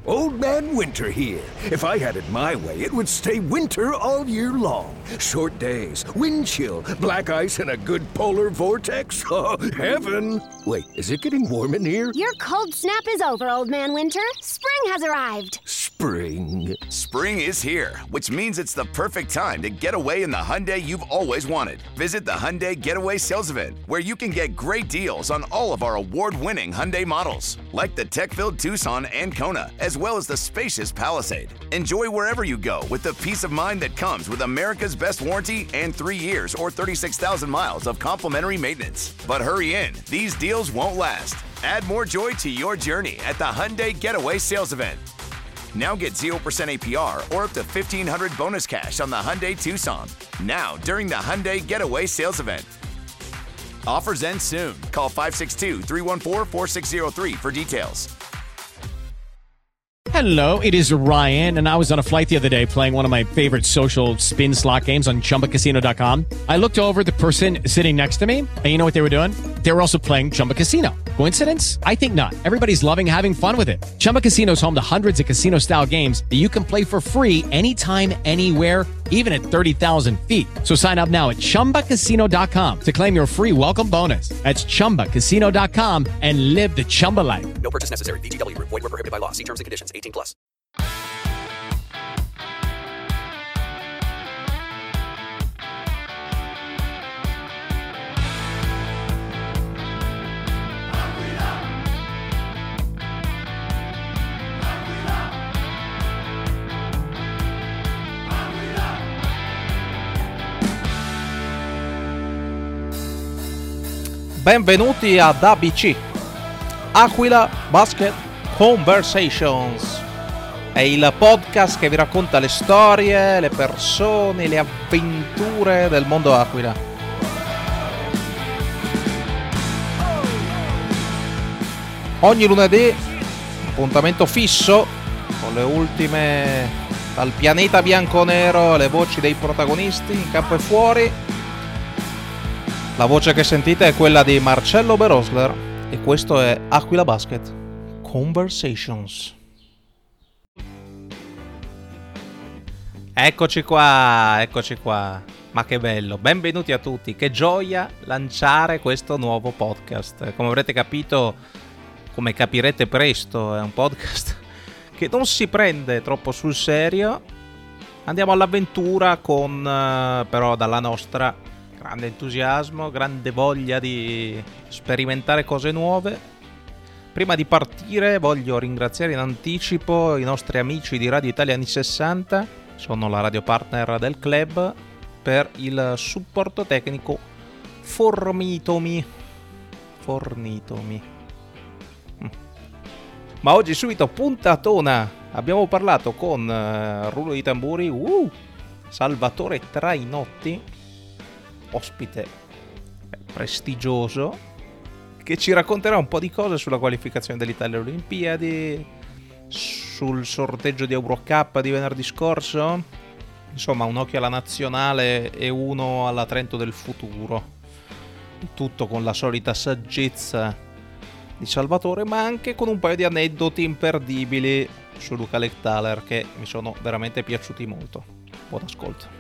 Old Man Winter here. If I had it my way, it would stay winter all year long. Short days, wind chill, black ice, and a good polar vortex. Oh, heaven! Wait, is it getting warm in here? Your cold snap is over, Old Man Winter. Spring has arrived. Spring. Spring is here, which means it's the perfect time to get away in the Hyundai you've always wanted. Visit the Hyundai Getaway Sales Event, where you can get great deals on all of our award-winning Hyundai models, like the tech-filled Tucson and Kona, as well as the spacious Palisade. Enjoy wherever you go with the peace of mind that comes with America's best warranty and 3 years or 36,000 miles of complimentary maintenance. But hurry in, these deals won't last. Add more joy to your journey at the Hyundai Getaway Sales Event. Now get 0% APR or up to $1,500 bonus cash on the Hyundai Tucson. Now, during the Hyundai Getaway Sales Event. Offers end soon. Call 562-314-4603 for details. Hello, it is Ryan, and I was on a flight the other day playing one of my favorite social spin slot games on ChumbaCasino.com. I looked over at the person sitting next to me, and you know what they were doing? They were also playing Chumba Casino. Coincidence? I think not. Everybody's loving having fun with it. Chumba Casino is home to hundreds of casino-style games that you can play for free anytime, anywhere, even at 30,000 feet. So sign up now at ChumbaCasino.com to claim your free welcome bonus. That's ChumbaCasino.com and live the Chumba life. No purchase necessary. VGW. Void where prohibited by law. See terms and conditions. 18+. Benvenuti ad ABC, Aquila Basket Conversations. È il podcast che vi racconta le storie, le persone, le avventure del mondo Aquila. Ogni lunedì, appuntamento fisso con le ultime dal pianeta bianconero, le voci dei protagonisti in campo e fuori. La voce che sentite è quella di Marcello Berosler e questo è Aquila Basket Conversations. Eccoci qua. Ma che bello, benvenuti a tutti, che gioia lanciare questo nuovo podcast. Come avrete capito, come capirete presto, è un podcast che non si prende troppo sul serio. Andiamo all'avventura con, però dalla nostra, grande entusiasmo, grande voglia di sperimentare cose nuove. Prima di partire voglio ringraziare in anticipo i nostri amici di Radio Italia Anni 60, sono la radio partner del club, per il supporto tecnico fornitomi. Ma oggi subito puntatona, abbiamo parlato con rullo di tamburi, Salvatore Trainotti, ospite prestigioso, che ci racconterà un po' di cose sulla qualificazione dell'Italia alle Olimpiadi, sul sorteggio di Eurocup di venerdì scorso, insomma un occhio alla nazionale e uno alla Trento del futuro, il tutto con la solita saggezza di Salvatore, ma anche con un paio di aneddoti imperdibili su Luca Lectaler che mi sono veramente piaciuti molto. Buon ascolto.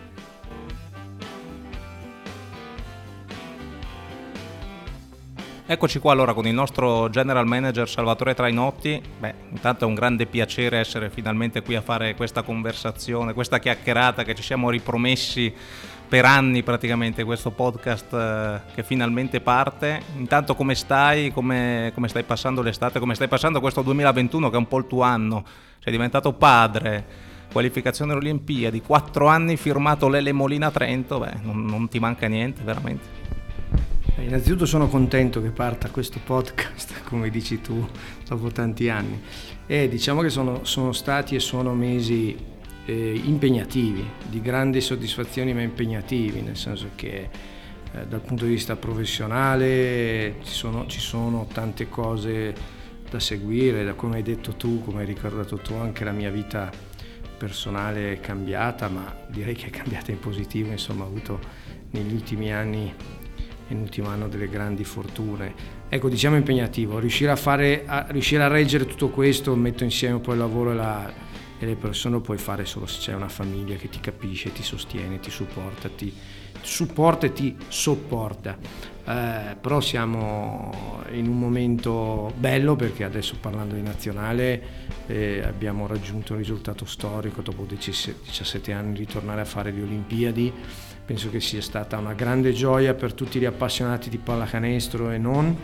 Eccoci qua allora con il nostro general manager Salvatore Trainotti. Intanto è un grande piacere essere finalmente qui a fare questa conversazione, questa chiacchierata che ci siamo ripromessi per anni praticamente, questo podcast che finalmente parte. Intanto come stai? Come stai passando l'estate? Come stai passando questo 2021 che è un po' il tuo anno? Sei diventato padre, qualificazione alle Olimpiadi, 4 anni firmato Lele Molina Trento, non ti manca niente veramente. Innanzitutto sono contento che parta questo podcast, come dici tu, dopo tanti anni. E diciamo che sono stati e sono mesi impegnativi, di grandi soddisfazioni ma impegnativi, nel senso che dal punto di vista professionale ci sono tante cose da seguire, da come hai detto tu, come hai ricordato tu, anche la mia vita personale è cambiata, ma direi che è cambiata in positivo, insomma ho avuto negli ultimi anni in ultimo anno delle grandi fortune. Ecco, diciamo impegnativo, riuscire a reggere tutto questo, metto insieme poi il lavoro e le persone, lo puoi fare solo se c'è una famiglia che ti capisce, ti sostiene, ti supporta e ti sopporta. Però siamo in un momento bello, perché adesso, parlando di nazionale, abbiamo raggiunto un risultato storico dopo 17 anni di tornare a fare le Olimpiadi. Penso che sia stata una grande gioia per tutti gli appassionati di pallacanestro e non.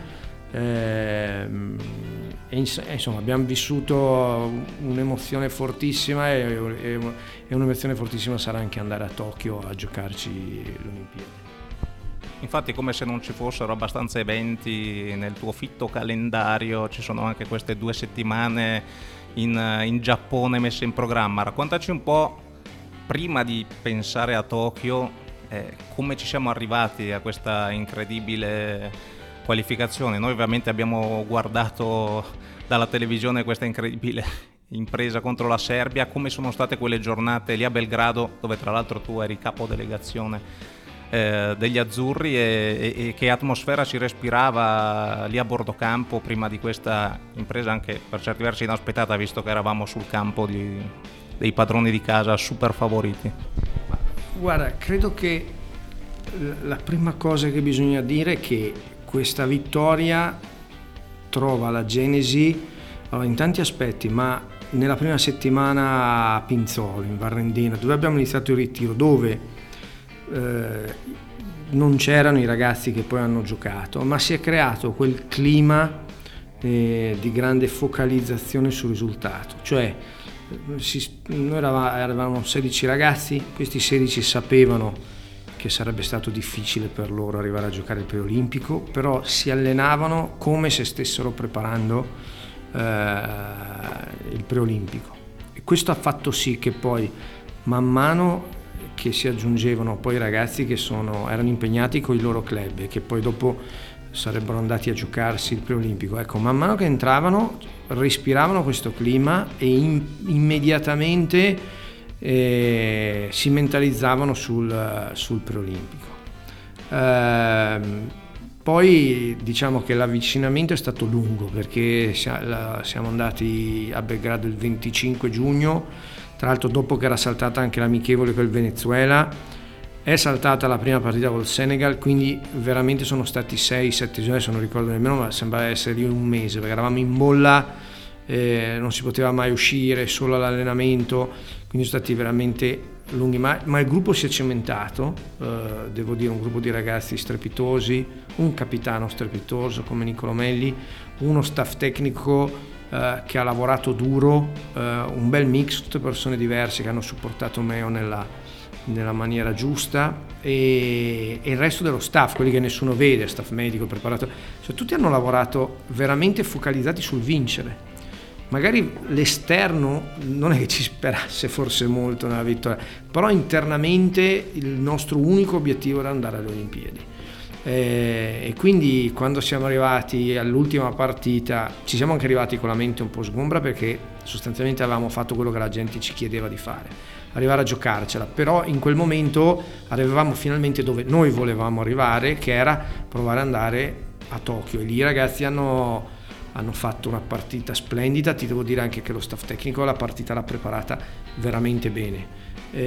Insomma, abbiamo vissuto un'emozione fortissima e un'emozione fortissima sarà anche andare a Tokyo a giocarci l'Olimpiadi. Infatti, come se non ci fossero abbastanza eventi nel tuo fitto calendario, ci sono anche queste 2 settimane in Giappone messe in programma. Raccontaci un po', prima di pensare a Tokyo, come ci siamo arrivati a questa incredibile qualificazione. Noi ovviamente abbiamo guardato dalla televisione questa incredibile impresa contro la Serbia. Come sono state quelle giornate lì a Belgrado, dove tra l'altro tu eri capodelegazione degli azzurri, e che atmosfera si respirava lì a bordo campo prima di questa impresa, anche per certi versi inaspettata, visto che eravamo sul campo dei padroni di casa super favoriti? Guarda, credo che la prima cosa che bisogna dire è che questa vittoria trova la genesi in tanti aspetti, ma nella prima settimana a Pinzolo, in Varrendina, dove abbiamo iniziato il ritiro, dove non c'erano i ragazzi che poi hanno giocato, ma si è creato quel clima di grande focalizzazione sul risultato. Cioè, noi eravamo 16 ragazzi, questi 16 sapevano che sarebbe stato difficile per loro arrivare a giocare il preolimpico, però si allenavano come se stessero preparando il preolimpico, e questo ha fatto sì che poi, man mano che si aggiungevano poi i ragazzi che erano impegnati con i loro club e che poi dopo sarebbero andati a giocarsi il preolimpico, ecco, man mano che entravano respiravano questo clima e immediatamente si mentalizzavano sul preolimpico. Poi diciamo che l'avvicinamento è stato lungo, perché siamo andati a Belgrado il 25 giugno, tra l'altro dopo che era saltata anche l'amichevole col Venezuela, è saltata la prima partita col Senegal, quindi veramente sono stati 6-7 giorni, adesso non ricordo nemmeno, ma sembra essere lì un mese, perché eravamo in bolla, non si poteva mai uscire, solo all'allenamento, quindi sono stati veramente lunghi, ma il gruppo si è cementato, devo dire, un gruppo di ragazzi strepitosi, un capitano strepitoso come Niccolò Melli, uno staff tecnico che ha lavorato duro, un bel mix, tutte persone diverse che hanno supportato Meo nella maniera giusta, e il resto dello staff, quelli che nessuno vede, staff medico, preparato, cioè tutti hanno lavorato veramente focalizzati sul vincere. Magari l'esterno non è che ci sperasse forse molto nella vittoria, però internamente il nostro unico obiettivo era andare alle Olimpiadi. E quindi quando siamo arrivati all'ultima partita ci siamo anche arrivati con la mente un po' sgombra, perché sostanzialmente avevamo fatto quello che la gente ci chiedeva di fare, arrivare a giocarcela, però in quel momento arrivavamo finalmente dove noi volevamo arrivare, che era provare ad andare a Tokyo, e lì i ragazzi hanno fatto una partita splendida. Ti devo dire anche che lo staff tecnico la partita l'ha preparata veramente bene,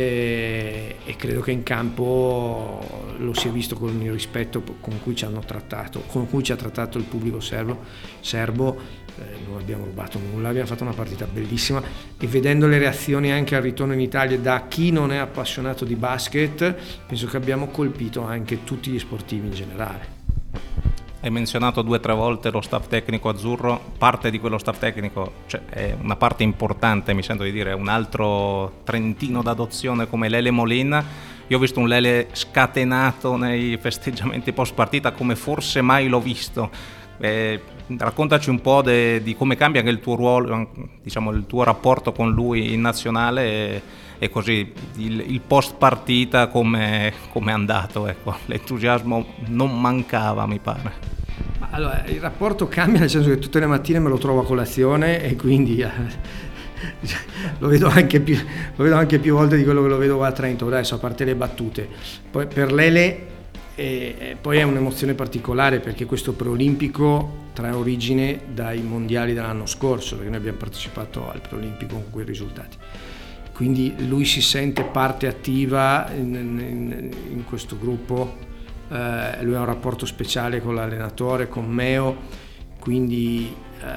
e credo che in campo lo si è visto con il rispetto con cui ci ha trattato il pubblico serbo. Non abbiamo rubato nulla, abbiamo fatto una partita bellissima, e vedendo le reazioni anche al ritorno in Italia da chi non è appassionato di basket, penso che abbiamo colpito anche tutti gli sportivi in generale. Hai menzionato 2 o 3 volte lo staff tecnico azzurro. Parte di quello staff tecnico, cioè è una parte importante, mi sento di dire, un altro trentino d'adozione come Lele Molina. Io ho visto un Lele scatenato nei festeggiamenti post partita come forse mai l'ho visto. Raccontaci un po' di come cambia anche il tuo ruolo, diciamo il tuo rapporto con lui in nazionale, e così il post partita come è andato, ecco. L'entusiasmo non mancava, mi pare. Allora, il rapporto cambia nel senso che tutte le mattine me lo trovo a colazione, e quindi lo vedo anche più volte di quello che lo vedo a Trento. Adesso, a parte le battute, poi per Lele E poi è un'emozione particolare perché questo preolimpico trae origine dai mondiali dell'anno scorso, perché noi abbiamo partecipato al preolimpico con quei risultati. Quindi lui si sente parte attiva in questo gruppo, lui ha un rapporto speciale con l'allenatore, con Meo, quindi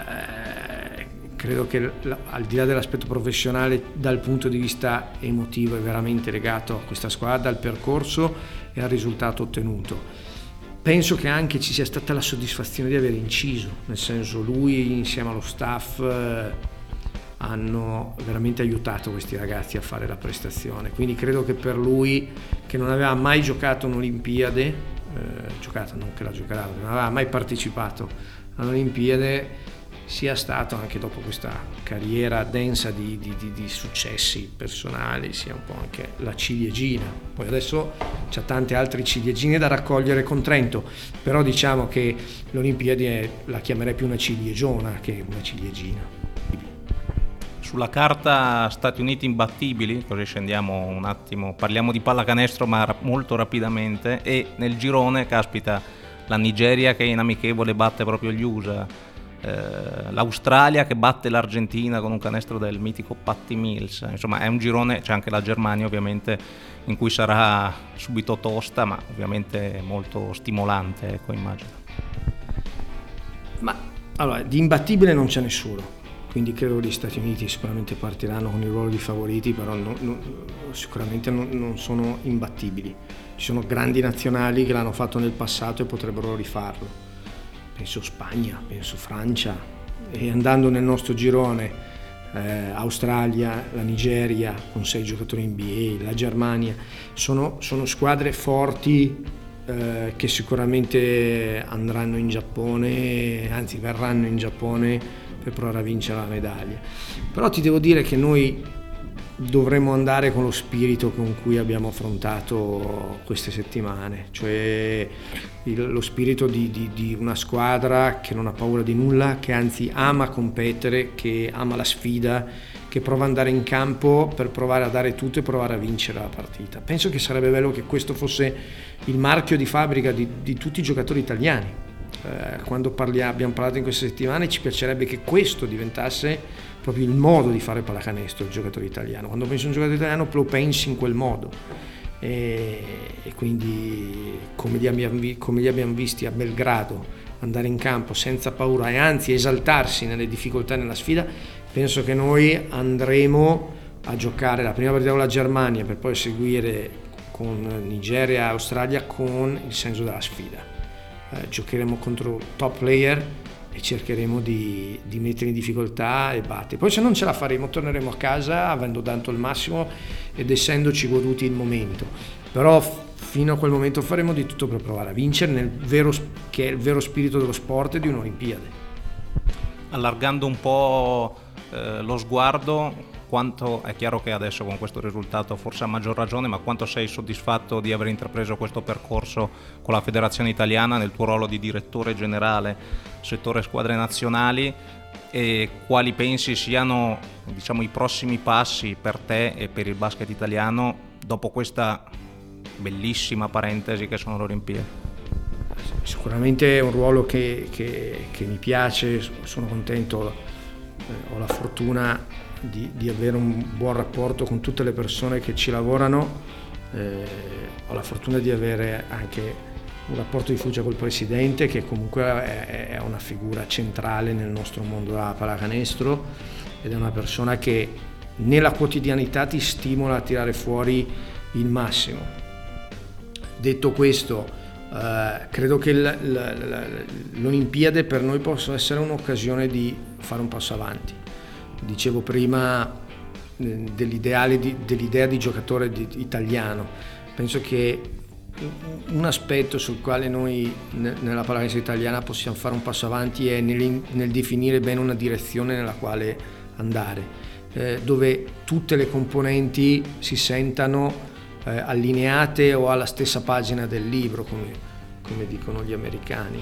credo che al di là dell'aspetto professionale, dal punto di vista emotivo è veramente legato a questa squadra, al percorso e al risultato ottenuto. Penso che anche ci sia stata la soddisfazione di aver inciso, nel senso lui insieme allo staff hanno veramente aiutato questi ragazzi a fare la prestazione, quindi credo che per lui, che non aveva mai giocato un'Olimpiade, non aveva mai partecipato all'Olimpiade, sia stato anche dopo questa carriera densa di successi personali, sia un po' anche la ciliegina. Poi adesso c'ha tante altre ciliegine da raccogliere con Trento, però diciamo che l'Olimpiadi la chiamerei più una ciliegiona che una ciliegina. Sulla carta Stati Uniti imbattibili, così scendiamo un attimo, parliamo di pallacanestro ma molto rapidamente, e nel girone, caspita, la Nigeria che in amichevole batte proprio gli USA, l'Australia che batte l'Argentina con un canestro del mitico Patty Mills. Insomma è un girone, c'è anche la Germania ovviamente, in cui sarà subito tosta, ma ovviamente molto stimolante, ecco, immagino. Ma allora, di imbattibile non c'è nessuno, quindi credo che gli Stati Uniti sicuramente partiranno con il ruolo di favoriti, però sicuramente non sono imbattibili. Ci sono grandi nazionali che l'hanno fatto nel passato e potrebbero rifarlo. Penso Spagna, penso Francia, e andando nel nostro girone Australia, la Nigeria con 6 giocatori NBA, la Germania, sono squadre forti che sicuramente andranno in Giappone, anzi verranno in Giappone per provare a vincere la medaglia. Però ti devo dire che noi dovremmo andare con lo spirito con cui abbiamo affrontato queste settimane, cioè lo spirito di una squadra che non ha paura di nulla, che anzi ama competere, che ama la sfida, che prova ad andare in campo per provare a dare tutto e provare a vincere la partita. Penso che sarebbe bello che questo fosse il marchio di fabbrica di tutti i giocatori italiani. Quando abbiamo parlato in queste settimane, ci piacerebbe che questo diventasse proprio il modo di fare pallacanestro il giocatore italiano. Quando pensi a un giocatore italiano lo pensi in quel modo, e quindi come li abbiamo visti a Belgrado andare in campo senza paura e anzi esaltarsi nelle difficoltà e nella sfida, penso che noi andremo a giocare la prima partita con la Germania per poi seguire con Nigeria e Australia con il senso della sfida. Giocheremo contro top player e cercheremo di mettere in difficoltà e battere. Poi se non ce la faremo torneremo a casa avendo dato il massimo ed essendoci goduti il momento, però fino a quel momento faremo di tutto per provare a vincere che è il vero spirito dello sport e di un'Olimpiade. Allargando un po' lo sguardo, quanto è chiaro che adesso con questo risultato forse a maggior ragione, ma quanto sei soddisfatto di aver intrapreso questo percorso con la Federazione Italiana nel tuo ruolo di direttore generale settore squadre nazionali, e quali pensi siano, diciamo, i prossimi passi per te e per il basket italiano dopo questa bellissima parentesi che sono le Olimpiadi? Sicuramente è un ruolo che mi piace, sono contento, ho la fortuna di avere un buon rapporto con tutte le persone che ci lavorano, ho la fortuna di avere anche un rapporto di fiducia col presidente, che comunque è una figura centrale nel nostro mondo della pallacanestro ed è una persona che nella quotidianità ti stimola a tirare fuori il massimo. Detto questo, credo che l'Olimpiade per noi possa essere un'occasione di fare un passo avanti. Dicevo prima dell'idea di giocatore italiano. Penso che un aspetto sul quale noi nella pallacanestro italiana possiamo fare un passo avanti è nel definire bene una direzione nella quale andare, dove tutte le componenti si sentano allineate o alla stessa pagina del libro, come dicono gli americani,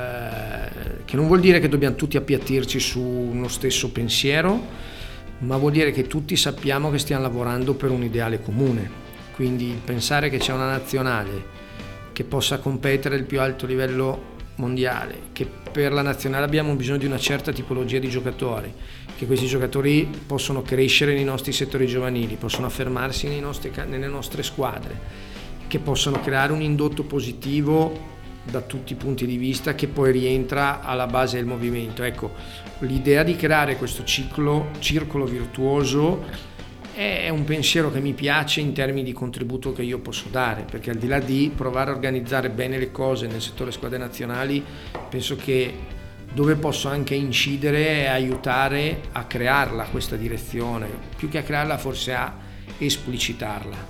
che non vuol dire che dobbiamo tutti appiattirci su uno stesso pensiero, ma vuol dire che tutti sappiamo che stiamo lavorando per un ideale comune. Quindi pensare che c'è una nazionale che possa competere al più alto livello mondiale, che per la nazionale abbiamo bisogno di una certa tipologia di giocatori, che questi giocatori possono crescere nei nostri settori giovanili, possono affermarsi nelle nostre squadre, che possono creare un indotto positivo da tutti i punti di vista, che poi rientra alla base del movimento. Ecco, l'idea di creare questo circolo virtuoso è un pensiero che mi piace in termini di contributo che io posso dare, perché al di là di provare a organizzare bene le cose nel settore squadre nazionali, penso che dove posso anche incidere è aiutare a crearla questa direzione, più che a crearla forse a esplicitarla,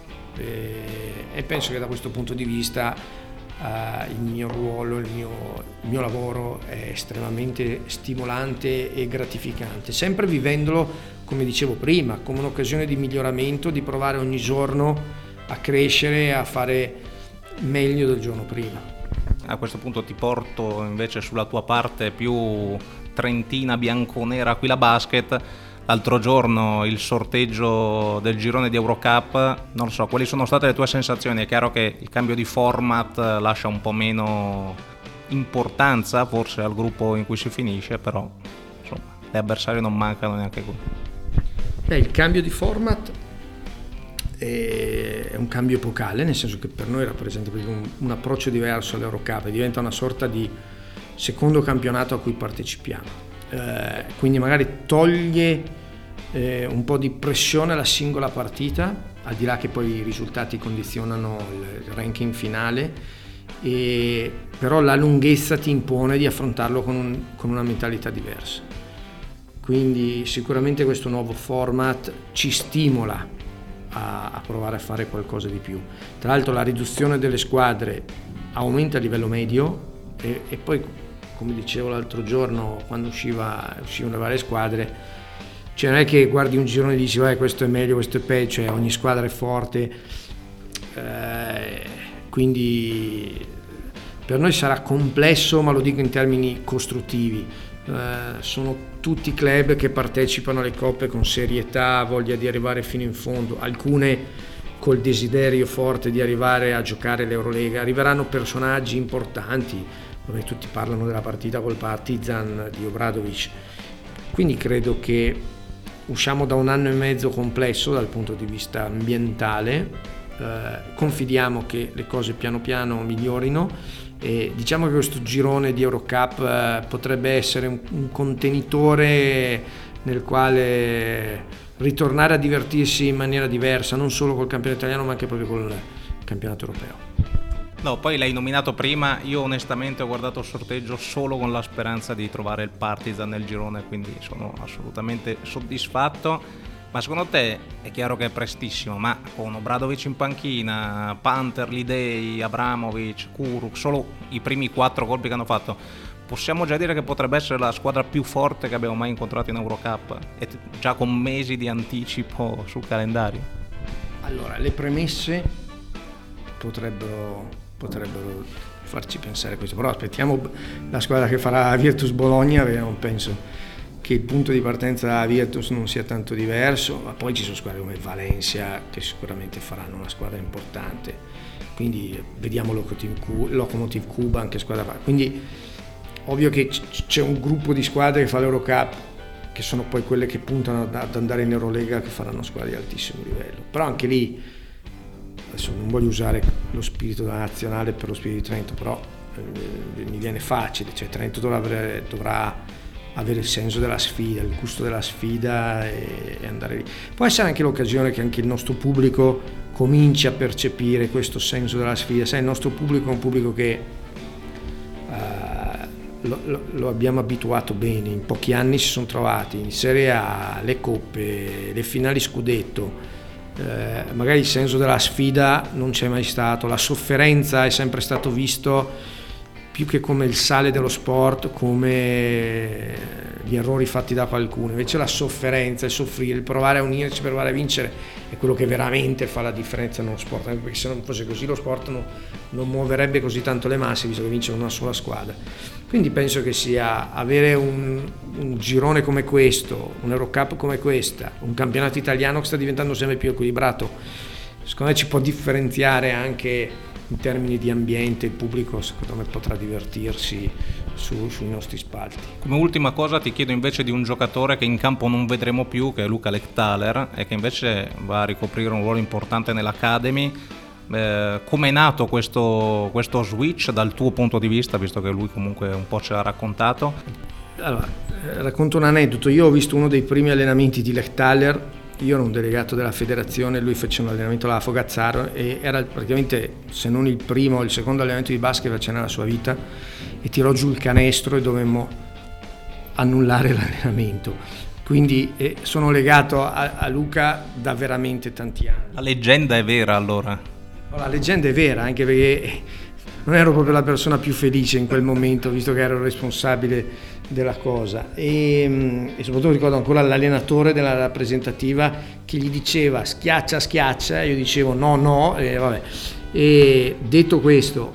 e penso che da questo punto di vista il mio ruolo, il mio lavoro è estremamente stimolante e gratificante, sempre vivendolo, come dicevo prima, come un'occasione di miglioramento, di provare ogni giorno a crescere e a fare meglio del giorno prima. A questo punto ti porto invece sulla tua parte più trentina bianconera Aquila Basket. L'altro giorno il sorteggio del girone di Eurocup, non lo so, quali sono state le tue sensazioni? È chiaro che il cambio di format lascia un po' meno importanza forse al gruppo in cui si finisce, però insomma gli avversari non mancano neanche qui. Il cambio di format è un cambio epocale, nel senso che per noi rappresenta un approccio diverso all'Eurocup, diventa una sorta di secondo campionato a cui partecipiamo. Quindi magari toglie un po' di pressione alla singola partita, al di là che poi i risultati condizionano il ranking finale, però la lunghezza ti impone di affrontarlo con una mentalità diversa. Quindi sicuramente questo nuovo format ci stimola a provare a fare qualcosa di più. Tra l'altro la riduzione delle squadre aumenta a livello medio e poi, come dicevo l'altro giorno, quando uscivano le varie squadre, cioè non è che guardi un girone e dici questo è meglio, questo è peggio, cioè ogni squadra è forte, quindi per noi sarà complesso, ma lo dico in termini costruttivi. Sono tutti club che partecipano alle coppe con serietà, voglia di arrivare fino in fondo, alcune col desiderio forte di arrivare a giocare l'Eurolega. Arriveranno personaggi importanti, come tutti parlano della partita col Partizan di Obradovic, quindi credo che usciamo da un anno e mezzo complesso dal punto di vista ambientale, confidiamo che le cose piano piano migliorino e diciamo che questo girone di Eurocup potrebbe essere un contenitore nel quale ritornare a divertirsi in maniera diversa, non solo col campionato italiano ma anche proprio col campionato europeo. No, poi l'hai nominato prima, io onestamente ho guardato il sorteggio solo con la speranza di trovare il Partizan nel girone, quindi sono assolutamente soddisfatto. Ma secondo te, è chiaro che è prestissimo, ma con Obradovic in panchina, Panter, Lidei, Abramovic, Kuruk, solo i primi 4 colpi che hanno fatto, possiamo già dire che potrebbe essere la squadra più forte che abbiamo mai incontrato in Eurocup, e già con mesi di anticipo sul calendario? Allora, le premesse potrebbero farci pensare questo, però aspettiamo la squadra che farà Virtus Bologna, non penso che il punto di partenza da Virtus non sia tanto diverso, ma poi ci sono squadre come Valencia che sicuramente faranno una squadra importante, quindi vediamo Lokomotiv Kuban, anche squadra, quindi ovvio che c'è un gruppo di squadre che fa l'Eurocup che sono poi quelle che puntano ad andare in Eurolega, che faranno squadre di altissimo livello, però anche lì adesso non voglio usare lo spirito della nazionale per lo spirito di Trento, però mi viene facile, cioè Trento dovrà avere il senso della sfida, il gusto della sfida e andare lì. Può essere anche l'occasione che anche il nostro pubblico cominci a percepire questo senso della sfida. Sai, il nostro pubblico è un pubblico che lo abbiamo abituato bene, in pochi anni si sono trovati in Serie A, le coppe, le finali scudetto, magari il senso della sfida non c'è mai stato, la sofferenza è sempre stato visto più che come il sale dello sport, come gli errori fatti da qualcuno. Invece la sofferenza, il soffrire, il provare a unirci per provare a vincere è quello che veramente fa la differenza nello sport, anche perché se non fosse così lo sport non muoverebbe così tanto le masse, visto che vince una sola squadra. Quindi penso che sia avere un girone come questo, un Eurocup come questa, un campionato italiano che sta diventando sempre più equilibrato, secondo me ci può differenziare anche in termini di ambiente il pubblico secondo me potrà divertirsi sui nostri spalti. Come ultima cosa ti chiedo invece di un giocatore che in campo non vedremo più, che è Luca Lectaler, e che invece va a ricoprire un ruolo importante nell'Academy. Come è nato questo switch dal tuo punto di vista, visto che lui comunque un po' ce l'ha raccontato? Allora, racconto un aneddoto. Io ho visto uno dei primi allenamenti di Lectaler. Io ero un delegato della federazione, lui fece un allenamento alla Fogazzaro e era praticamente, se non il primo o il secondo allenamento di basket che faceva nella sua vita, e tirò giù il canestro e dovemmo annullare l'allenamento. Quindi sono legato a Luca da veramente tanti anni. La leggenda è vera allora? La leggenda è vera, anche perché non ero proprio la persona più felice in quel momento, visto che ero il responsabile della cosa, e soprattutto ricordo ancora l'allenatore della rappresentativa che gli diceva schiaccia, e io dicevo no, e vabbè. E detto questo,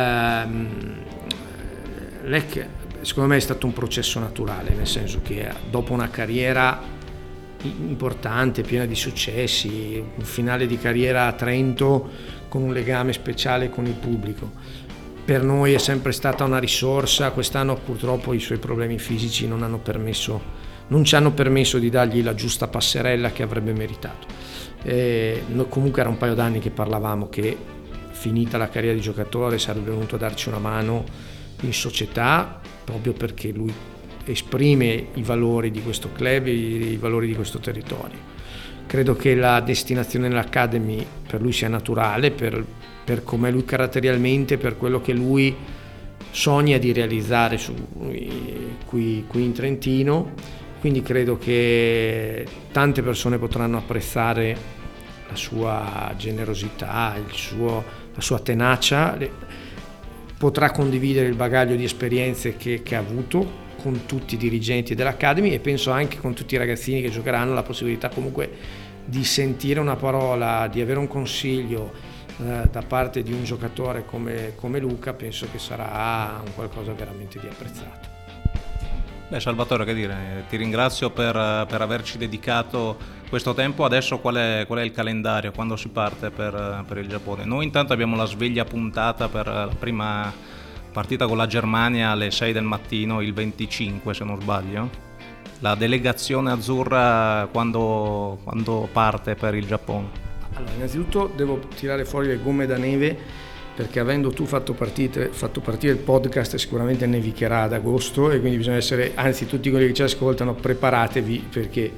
Lec secondo me è stato un processo naturale, nel senso che dopo una carriera importante, piena di successi, un finale di carriera a Trento con un legame speciale con il pubblico, per noi è sempre stata una risorsa. Quest'anno purtroppo i suoi problemi fisici non ci hanno permesso di dargli la giusta passerella che avrebbe meritato. Comunque era un paio d'anni che parlavamo che finita la carriera di giocatore sarebbe venuto a darci una mano in società, proprio perché lui esprime i valori di questo club e i valori di questo territorio. Credo che la destinazione nell'Academy per lui sia naturale, per com'è lui caratterialmente, per quello che lui sogna di realizzare qui in Trentino. Quindi credo che tante persone potranno apprezzare la sua generosità, la sua tenacia, potrà condividere il bagaglio di esperienze che ha avuto con tutti i dirigenti dell'Academy, e penso anche con tutti i ragazzini che giocheranno la possibilità comunque di sentire una parola, di avere un consiglio da parte di un giocatore come Luca. Penso che sarà un qualcosa veramente di apprezzato. Beh, Salvatore, che dire, ti ringrazio per averci dedicato questo tempo. Adesso qual è il calendario, quando si parte per il Giappone? Noi intanto abbiamo la sveglia puntata per la prima partita con la Germania alle 6 del mattino, il 25 se non sbaglio. La delegazione azzurra quando parte per il Giappone? Allora, innanzitutto devo tirare fuori le gomme da neve, perché avendo tu fatto partire il podcast sicuramente nevicherà ad agosto, e quindi bisogna essere, anzi tutti quelli che ci ascoltano, preparatevi, perché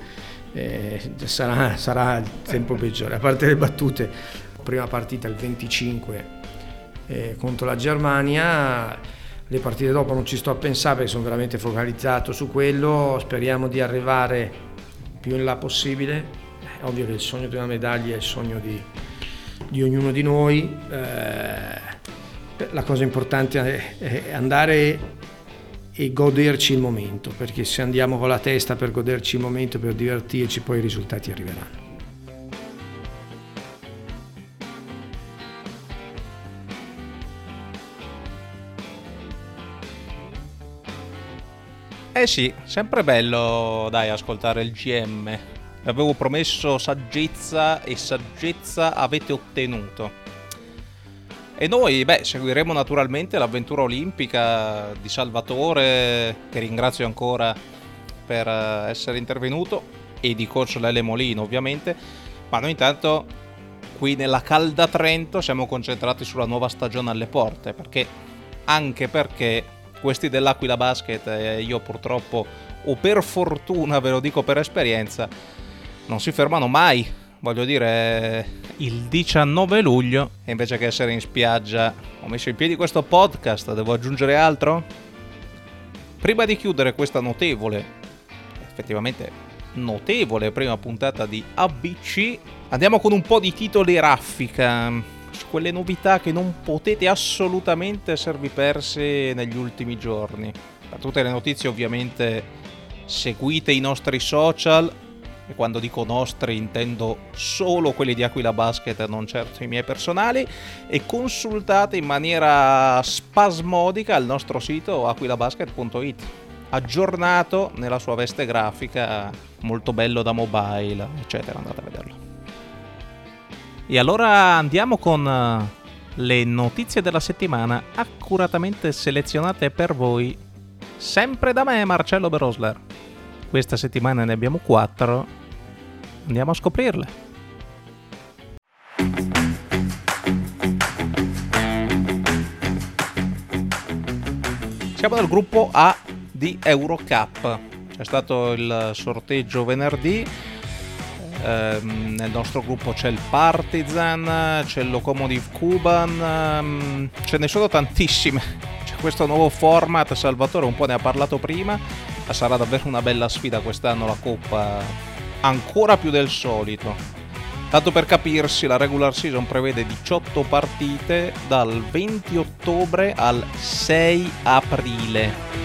sarà il tempo peggiore. A parte le battute, prima partita il 25 contro la Germania, le partite dopo non ci sto a pensare perché sono veramente focalizzato su quello. Speriamo di arrivare più in là possibile. È ovvio che il sogno di una medaglia è il sogno di ognuno di noi. La cosa importante è andare e goderci il momento, perché se andiamo con la testa per goderci il momento, per divertirci, poi i risultati arriveranno. Eh sì, sempre bello, dai, ascoltare il GM. Vi avevo promesso saggezza, e saggezza avete ottenuto. E noi, seguiremo naturalmente l'avventura olimpica di Salvatore, che ringrazio ancora per essere intervenuto, e di coach Lele Molino ovviamente. Ma noi intanto qui nella calda Trento siamo concentrati sulla nuova stagione alle porte, perché questi dell'Aquila Basket, io purtroppo, o per fortuna, ve lo dico per esperienza, non si fermano mai. Voglio dire, il 19 luglio, e invece che essere in spiaggia, ho messo in piedi questo podcast. Devo aggiungere altro? Prima di chiudere questa effettivamente notevole prima puntata di ABC, andiamo con un po' di titoli raffica, su quelle novità che non potete assolutamente esservi perse negli ultimi giorni. Per tutte le notizie ovviamente seguite i nostri social, e quando dico nostri intendo solo quelli di Aquila Basket, non certo i miei personali, e consultate in maniera spasmodica il nostro sito aquilabasket.it, aggiornato nella sua veste grafica, molto bello da mobile, eccetera. Andate a vederlo. E allora andiamo con le notizie della settimana accuratamente selezionate per voi, sempre da me, Marcello Berosler. Questa settimana ne abbiamo 4, andiamo a scoprirle. Siamo nel gruppo A di Eurocup, c'è stato il sorteggio venerdì. Nel nostro gruppo c'è il Partizan, c'è il Lokomotiv Kuban, ce ne sono tantissime. C'è questo nuovo format, Salvatore un po' ne ha parlato prima, ma sarà davvero una bella sfida quest'anno la Coppa, ancora più del solito. Tanto per capirsi, la regular season prevede 18 partite dal 20 ottobre al 6 aprile.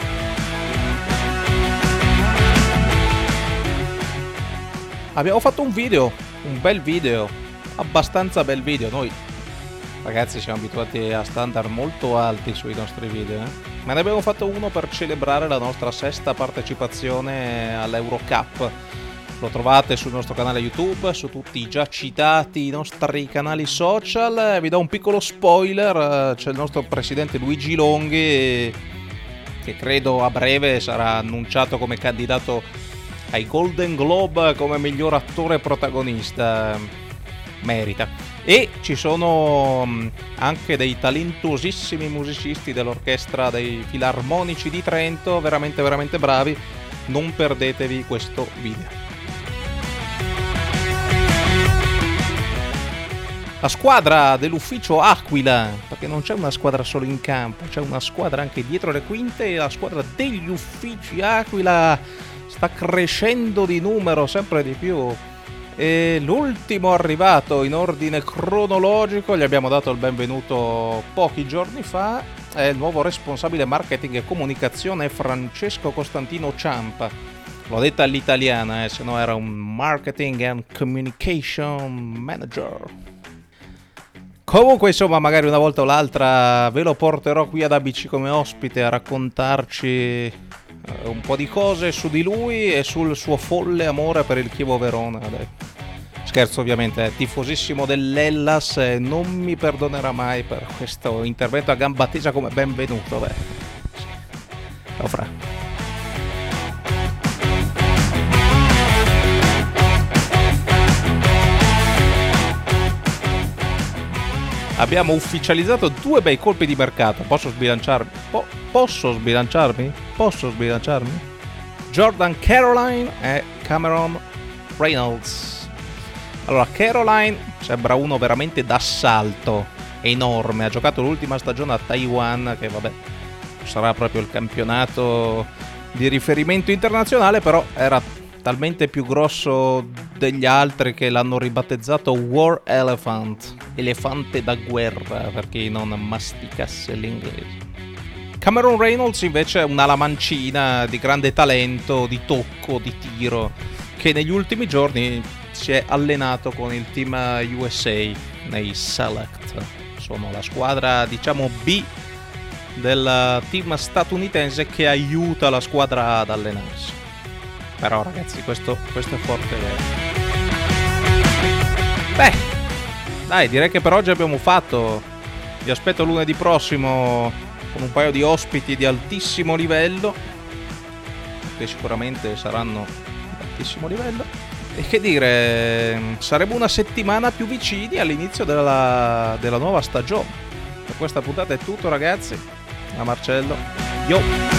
Abbiamo fatto un bel video, abbastanza bel video. Noi ragazzi siamo abituati a standard molto alti sui nostri video, ma ne abbiamo fatto uno per celebrare la nostra 6ª partecipazione all'Eurocup. Lo trovate sul nostro canale YouTube, su tutti i già citati nostri canali social. Vi do un piccolo spoiler, c'è il nostro presidente Luigi Longhi, che credo a breve sarà annunciato come candidato ai Golden Globe come miglior attore protagonista. Merita. E ci sono anche dei talentuosissimi musicisti dell'orchestra dei Filarmonici di Trento, veramente veramente bravi. Non perdetevi questo video. La squadra dell'ufficio Aquila, perché non c'è una squadra solo in campo, c'è una squadra anche dietro le quinte, e la squadra degli uffici Aquila sta crescendo di numero sempre di più, e l'ultimo arrivato in ordine cronologico, gli abbiamo dato il benvenuto pochi giorni fa, è il nuovo responsabile marketing e comunicazione Francesco Costantino Ciampa. L'ho detta all'italiana, se no era un marketing and communication manager. Comunque insomma, magari una volta o l'altra ve lo porterò qui ad ABC come ospite a raccontarci un po' di cose su di lui e sul suo folle amore per il Chievo Verona. Scherzo ovviamente, è tifosissimo dell'Hellas e non mi perdonerà mai per questo intervento a gamba tesa come benvenuto. Ciao Fra. Abbiamo ufficializzato 2 bei colpi di mercato. Posso sbilanciarmi? Posso sbilanciarmi? Jordan Caroline e Cameron Reynolds. Allora, Caroline sembra uno veramente d'assalto, enorme. Ha giocato l'ultima stagione a Taiwan, che vabbè, sarà proprio il campionato di riferimento internazionale, però era talmente più grosso degli altri che l'hanno ribattezzato War Elephant, elefante da guerra, per chi non masticasse l'inglese. Cameron Reynolds invece è una lamancina di grande talento, di tocco, di tiro, che negli ultimi giorni si è allenato con il team USA nei Select. Sono la squadra, diciamo, B del team statunitense che aiuta la squadra A ad allenarsi. Però ragazzi, questo è forte vero. Beh, dai, direi che per oggi abbiamo fatto. Vi aspetto lunedì prossimo con un paio di ospiti di altissimo livello, che sicuramente saranno di altissimo livello. E che dire, saremo una settimana più vicini all'inizio della nuova stagione. Per questa puntata è tutto ragazzi. Da Marcello. Yo!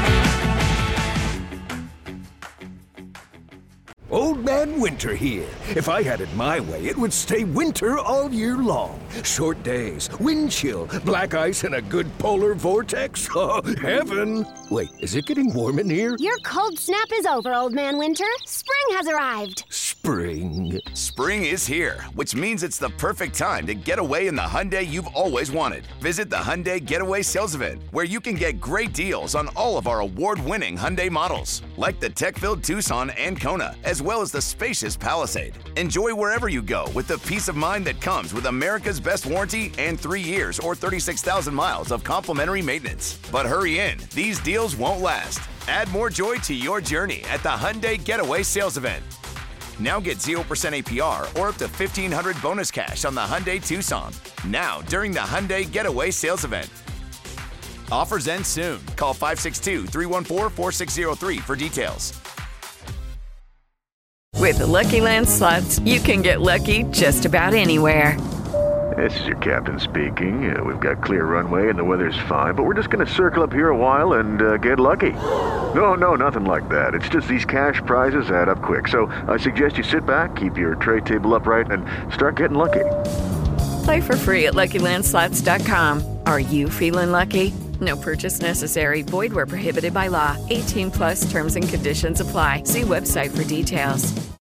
Old Man Winter here. If I had it my way, it would stay winter all year long. Short days, wind chill, black ice, and a good polar vortex. Oh, heaven! Wait, is it getting warm in here? Your cold snap is over, Old Man Winter. Spring has arrived. Spring. Spring is here, which means it's the perfect time to get away in the Hyundai you've always wanted. Visit the Hyundai Getaway Sales Event, where you can get great deals on all of our award-winning Hyundai models, like the tech-filled Tucson and Kona, as well as the spacious Palisade. Enjoy wherever you go with the peace of mind that comes with America's best warranty and 3 years or 36,000 miles of complimentary maintenance. But hurry in, these deals won't last. Add more joy to your journey at the Hyundai Getaway Sales Event. Now get 0% APR or up to $1,500 bonus cash on the Hyundai Tucson. Now, during the Hyundai Getaway Sales Event. Offers end soon. Call 562-314-4603 for details. With the Lucky Land Slots, you can get lucky just about anywhere. This is your captain speaking. We've got clear runway and the weather's fine, but we're just going to circle up here a while and get lucky. No, nothing like that. It's just these cash prizes add up quick. So I suggest you sit back, keep your tray table upright, and start getting lucky. Play for free at LuckyLandSlots.com. Are you feeling lucky? No purchase necessary. Void where prohibited by law. 18+ terms and conditions apply. See website for details.